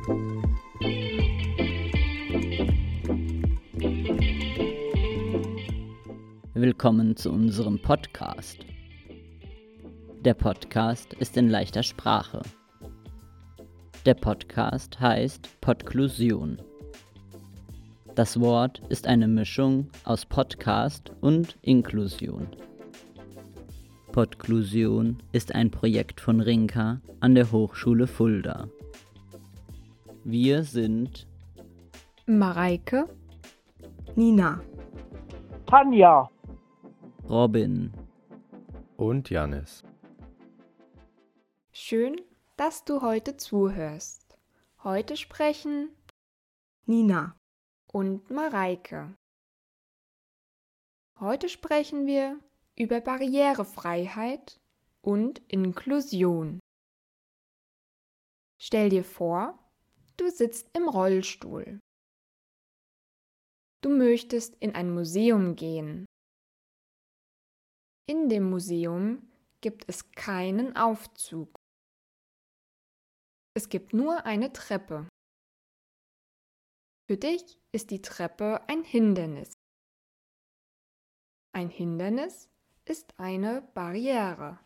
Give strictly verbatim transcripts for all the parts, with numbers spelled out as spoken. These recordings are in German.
Willkommen zu unserem Podcast. Der Podcast ist in leichter Sprache. Der Podcast heißt Podklusion. Das Wort ist eine Mischung aus Podcast und Inklusion. Podklusion ist ein Projekt von Rinka an der Hochschule Fulda. Wir sind Mareike, Nina, Tanja, Robin und Janis. Schön, dass du heute zuhörst. Heute sprechen Nina und Mareike. Heute sprechen wir über Barrierefreiheit und Inklusion. Stell dir vor, du sitzt im Rollstuhl. Du möchtest in ein Museum gehen. In dem Museum gibt es keinen Aufzug. Es gibt nur eine Treppe. Für dich ist die Treppe ein Hindernis. Ein Hindernis ist eine Barriere.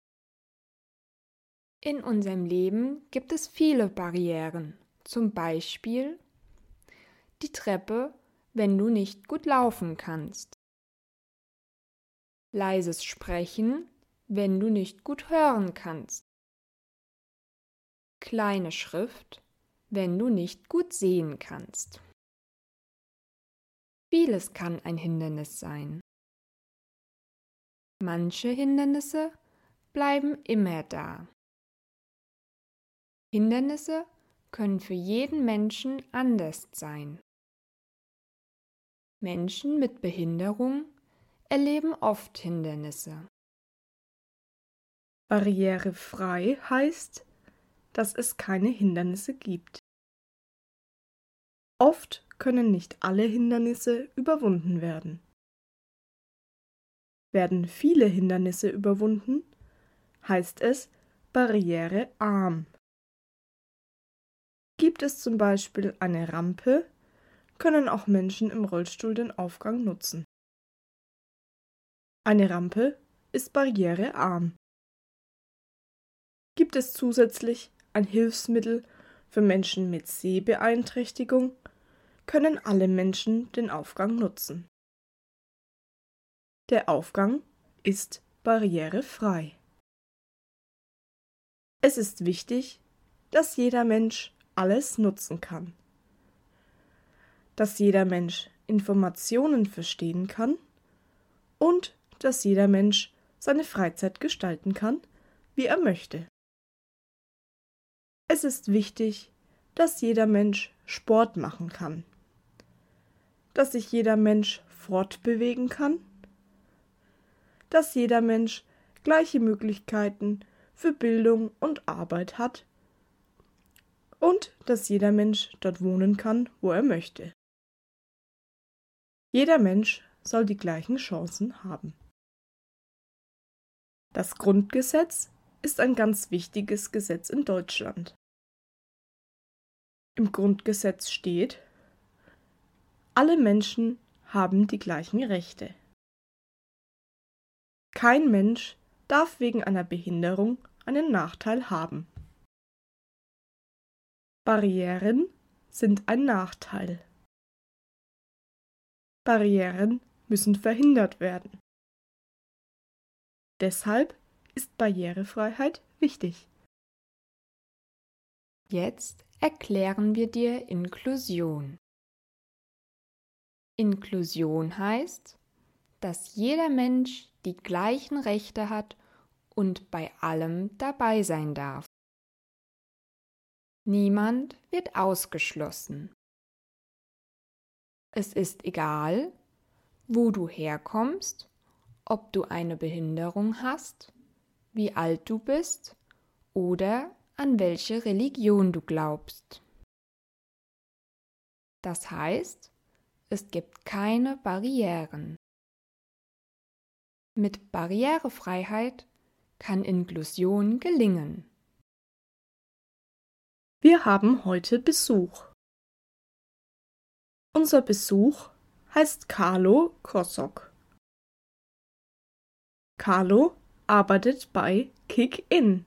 In unserem Leben gibt es viele Barrieren, zum Beispiel die Treppe, wenn du nicht gut laufen kannst. Leises Sprechen, wenn du nicht gut hören kannst. Kleine Schrift, wenn du nicht gut sehen kannst. Vieles kann ein Hindernis sein. Manche Hindernisse bleiben immer da. Hindernisse können für jeden Menschen anders sein. Menschen mit Behinderung erleben oft Hindernisse. Barrierefrei heißt, dass es keine Hindernisse gibt. Oft können nicht alle Hindernisse überwunden werden. Werden viele Hindernisse überwunden, heißt es barrierearm. Gibt es zum Beispiel eine Rampe, können auch Menschen im Rollstuhl den Aufgang nutzen. Eine Rampe ist barrierearm. Gibt es zusätzlich ein Hilfsmittel für Menschen mit Sehbeeinträchtigung, können alle Menschen den Aufgang nutzen. Der Aufgang ist barrierefrei. Es ist wichtig, dass jeder Mensch alles nutzen kann. Dass jeder Mensch Informationen verstehen kann und dass jeder Mensch seine Freizeit gestalten kann, wie er möchte. Es ist wichtig, dass jeder Mensch Sport machen kann, dass sich jeder Mensch fortbewegen kann, dass jeder Mensch gleiche Möglichkeiten für Bildung und Arbeit hat und dass jeder Mensch dort wohnen kann, wo er möchte. Jeder Mensch soll die gleichen Chancen haben. Das Grundgesetz ist ein ganz wichtiges Gesetz in Deutschland. Im Grundgesetz steht: Alle Menschen haben die gleichen Rechte. Kein Mensch darf wegen einer Behinderung einen Nachteil haben. Barrieren sind ein Nachteil. Barrieren müssen verhindert werden. Deshalb ist Barrierefreiheit wichtig. Jetzt erklären wir dir Inklusion. Inklusion heißt, dass jeder Mensch die gleichen Rechte hat und bei allem dabei sein darf. Niemand wird ausgeschlossen. Es ist egal, wo du herkommst, ob du eine Behinderung hast, wie alt du bist oder an welche Religion du glaubst. Das heißt, es gibt keine Barrieren. Mit Barrierefreiheit kann Inklusion gelingen. Wir haben heute Besuch. Unser Besuch heißt Carlo Kosok. Carlo arbeitet bei Kick-In.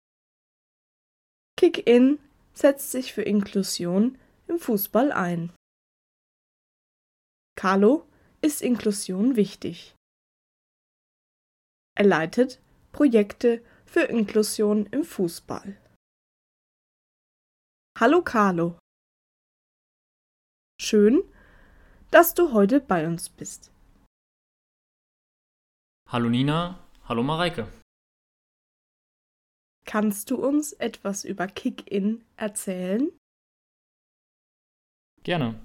Kick-In setzt sich für Inklusion im Fußball ein. Carlo ist Inklusion wichtig. Er leitet Projekte für Inklusion im Fußball. Hallo Carlo. Schön, dass du heute bei uns bist. Hallo Nina, hallo Mareike. Kannst du uns etwas über Kick-In erzählen? Gerne.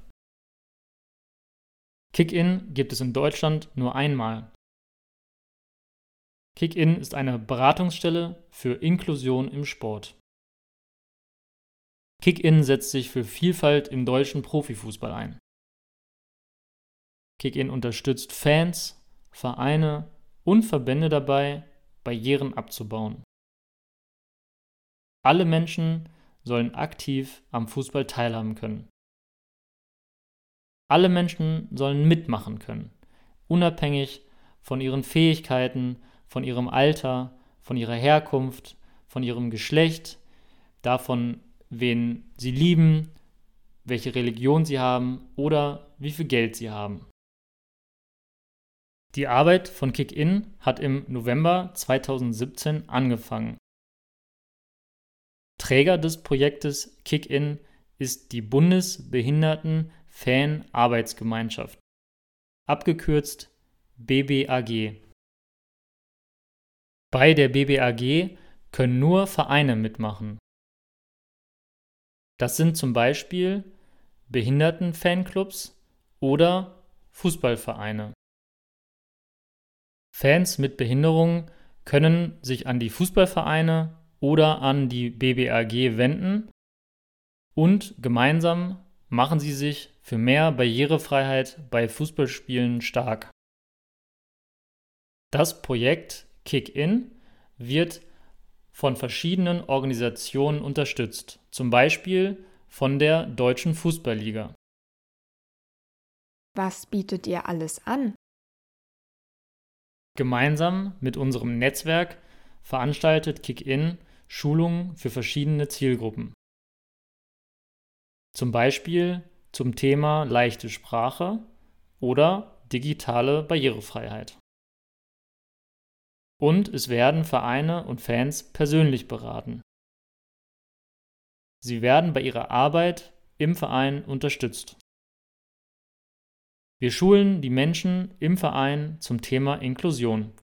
Kick-In gibt es in Deutschland nur einmal. Kick-In ist eine Beratungsstelle für Inklusion im Sport. Kick-In setzt sich für Vielfalt im deutschen Profifußball ein. Kick-In unterstützt Fans, Vereine und Verbände dabei, Barrieren abzubauen. Alle Menschen sollen aktiv am Fußball teilhaben können. Alle Menschen sollen mitmachen können, unabhängig von ihren Fähigkeiten, von ihrem Alter, von ihrer Herkunft, von ihrem Geschlecht, davon, wen sie lieben, welche Religion sie haben oder wie viel Geld sie haben. Die Arbeit von Kick-In hat im November zweitausendsiebzehn angefangen. Träger des Projektes Kick-In ist die Bundesbehinderten-Fan-Arbeitsgemeinschaft, abgekürzt B B A G. Bei der B B A G können nur Vereine mitmachen. Das sind zum Beispiel Behinderten-Fanclubs oder Fußballvereine. Fans mit Behinderungen können sich an die Fußballvereine oder an die B B A G wenden und gemeinsam machen sie sich für mehr Barrierefreiheit bei Fußballspielen stark. Das Projekt Kick-In wird von verschiedenen Organisationen unterstützt, zum Beispiel von der Deutschen Fußballliga. Was bietet ihr alles an? Gemeinsam mit unserem Netzwerk veranstaltet Kick-In Schulungen für verschiedene Zielgruppen. Zum Beispiel zum Thema leichte Sprache oder digitale Barrierefreiheit. Und es werden Vereine und Fans persönlich beraten. Sie werden bei ihrer Arbeit im Verein unterstützt. Wir schulen die Menschen im Verein zum Thema Inklusion.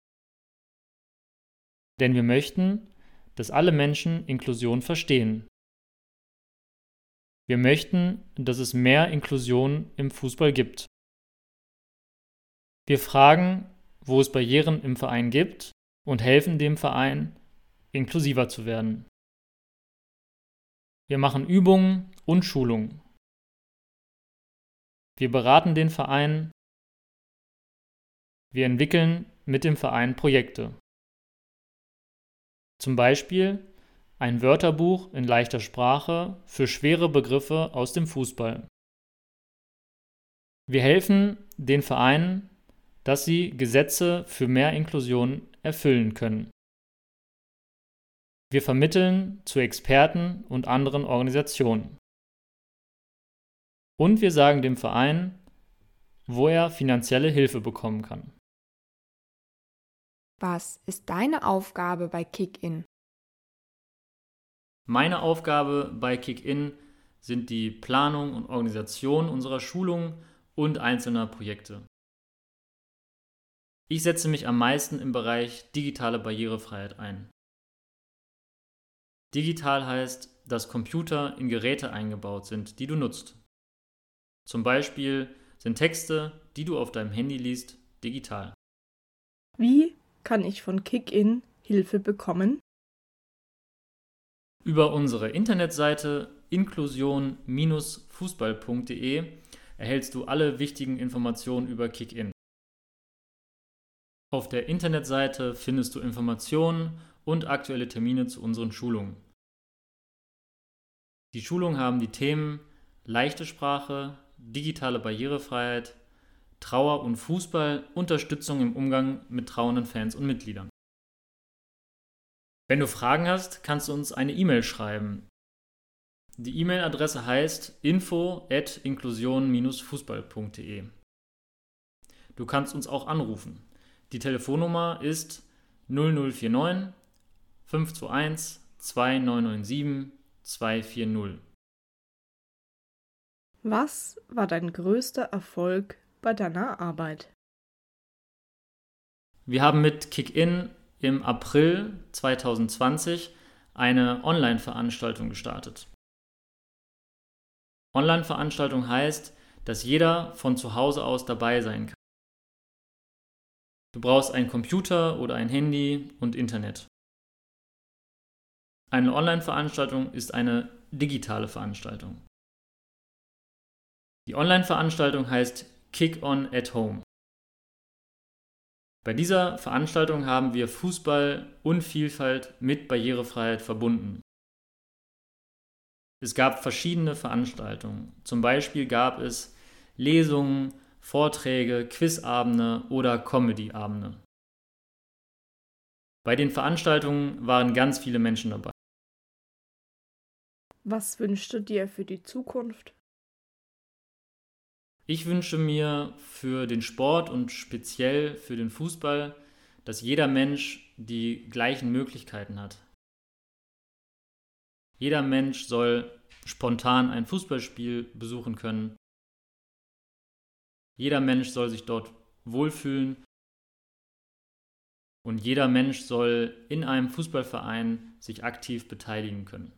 Denn wir möchten, dass alle Menschen Inklusion verstehen. Wir möchten, dass es mehr Inklusion im Fußball gibt. Wir fragen, wo es Barrieren im Verein gibt und helfen dem Verein, inklusiver zu werden. Wir machen Übungen und Schulungen. Wir beraten den Verein. Wir entwickeln mit dem Verein Projekte. Zum Beispiel ein Wörterbuch in leichter Sprache für schwere Begriffe aus dem Fußball. Wir helfen den Vereinen, dass sie Gesetze für mehr Inklusion erfüllen können. Wir vermitteln zu Experten und anderen Organisationen. Und wir sagen dem Verein, wo er finanzielle Hilfe bekommen kann. Was ist deine Aufgabe bei Kick-In? Meine Aufgabe bei Kick-In sind die Planung und Organisation unserer Schulungen und einzelner Projekte. Ich setze mich am meisten im Bereich digitale Barrierefreiheit ein. Digital heißt, dass Computer in Geräte eingebaut sind, die du nutzt. Zum Beispiel sind Texte, die du auf deinem Handy liest, digital. Wie kann ich von Kick-In Hilfe bekommen? Über unsere Internetseite inklusion Bindestrich fußball punkt de erhältst du alle wichtigen Informationen über Kick-In. Auf der Internetseite findest du Informationen und aktuelle Termine zu unseren Schulungen. Die Schulungen haben die Themen leichte Sprache, digitale Barrierefreiheit, Trauer und Fußball, Unterstützung im Umgang mit trauernden Fans und Mitgliedern. Wenn du Fragen hast, kannst du uns eine E-Mail schreiben. Die E-Mail-Adresse heißt info at inklusion Bindestrich fußball punkt de. Du kannst uns auch anrufen. Die Telefonnummer ist null null vier neun fünf zwei eins zwei neun neun sieben zwei vier null. Was war dein größter Erfolg bei deiner Arbeit? Wir haben mit Kick-In im April zwanzig zwanzig eine Online-Veranstaltung gestartet. Online-Veranstaltung heißt, dass jeder von zu Hause aus dabei sein kann. Du brauchst einen Computer oder ein Handy und Internet. Eine Online-Veranstaltung ist eine digitale Veranstaltung. Die Online-Veranstaltung heißt Kick-On at Home. Bei dieser Veranstaltung haben wir Fußball und Vielfalt mit Barrierefreiheit verbunden. Es gab verschiedene Veranstaltungen. Zum Beispiel gab es Lesungen, Vorträge, Quizabende oder Comedyabende. Bei den Veranstaltungen waren ganz viele Menschen dabei. Was wünschst du dir für die Zukunft? Ich wünsche mir für den Sport und speziell für den Fußball, dass jeder Mensch die gleichen Möglichkeiten hat. Jeder Mensch soll spontan ein Fußballspiel besuchen können. Jeder Mensch soll sich dort wohlfühlen. Und jeder Mensch soll in einem Fußballverein sich aktiv beteiligen können.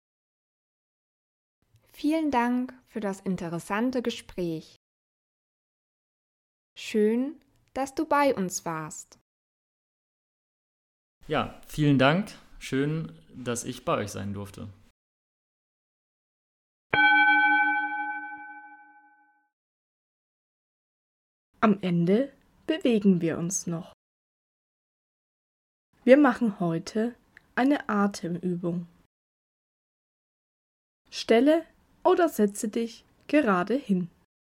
Vielen Dank für das interessante Gespräch. Schön, dass du bei uns warst. Ja, vielen Dank. Schön, dass ich bei euch sein durfte. Am Ende bewegen wir uns noch. Wir machen heute eine Atemübung. Stelle oder setze dich gerade hin.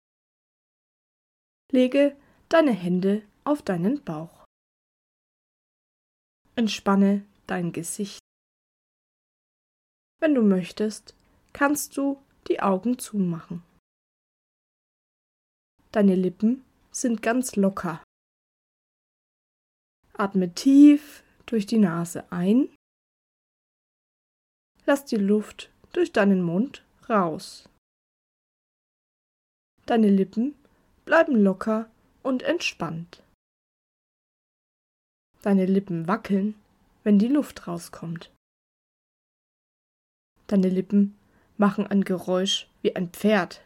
Lege deine Hände auf deinen Bauch. Entspanne dein Gesicht. Wenn du möchtest, kannst du die Augen zumachen. Deine Lippen sind ganz locker. Atme tief durch die Nase ein. Lass die Luft durch deinen Mund raus. Deine Lippen bleiben locker und entspannt. Deine Lippen wackeln, wenn die Luft rauskommt. Deine Lippen machen ein Geräusch wie ein Pferd.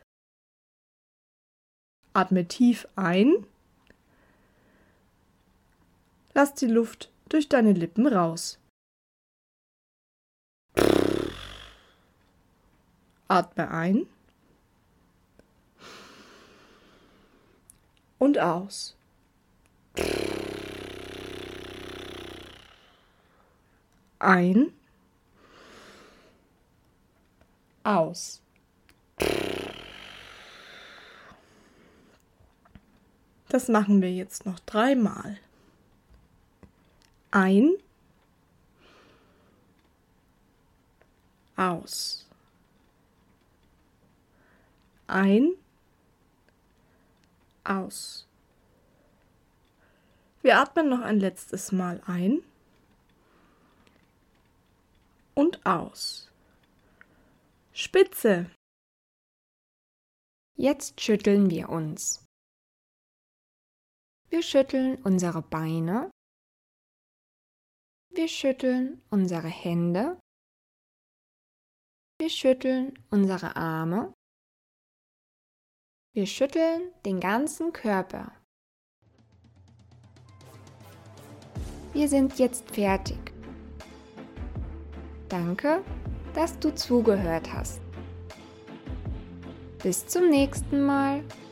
Atme tief ein. Lass die Luft durch deine Lippen raus. Atme ein und aus. Ein, aus. Das machen wir jetzt noch dreimal. Ein, aus. Ein, aus. Wir atmen noch ein letztes Mal ein und aus. Spitze. Jetzt schütteln wir uns. Wir schütteln unsere Beine. Wir schütteln unsere Hände. Wir schütteln unsere Arme. Wir schütteln den ganzen Körper. Wir sind jetzt fertig. Danke, dass du zugehört hast. Bis zum nächsten Mal.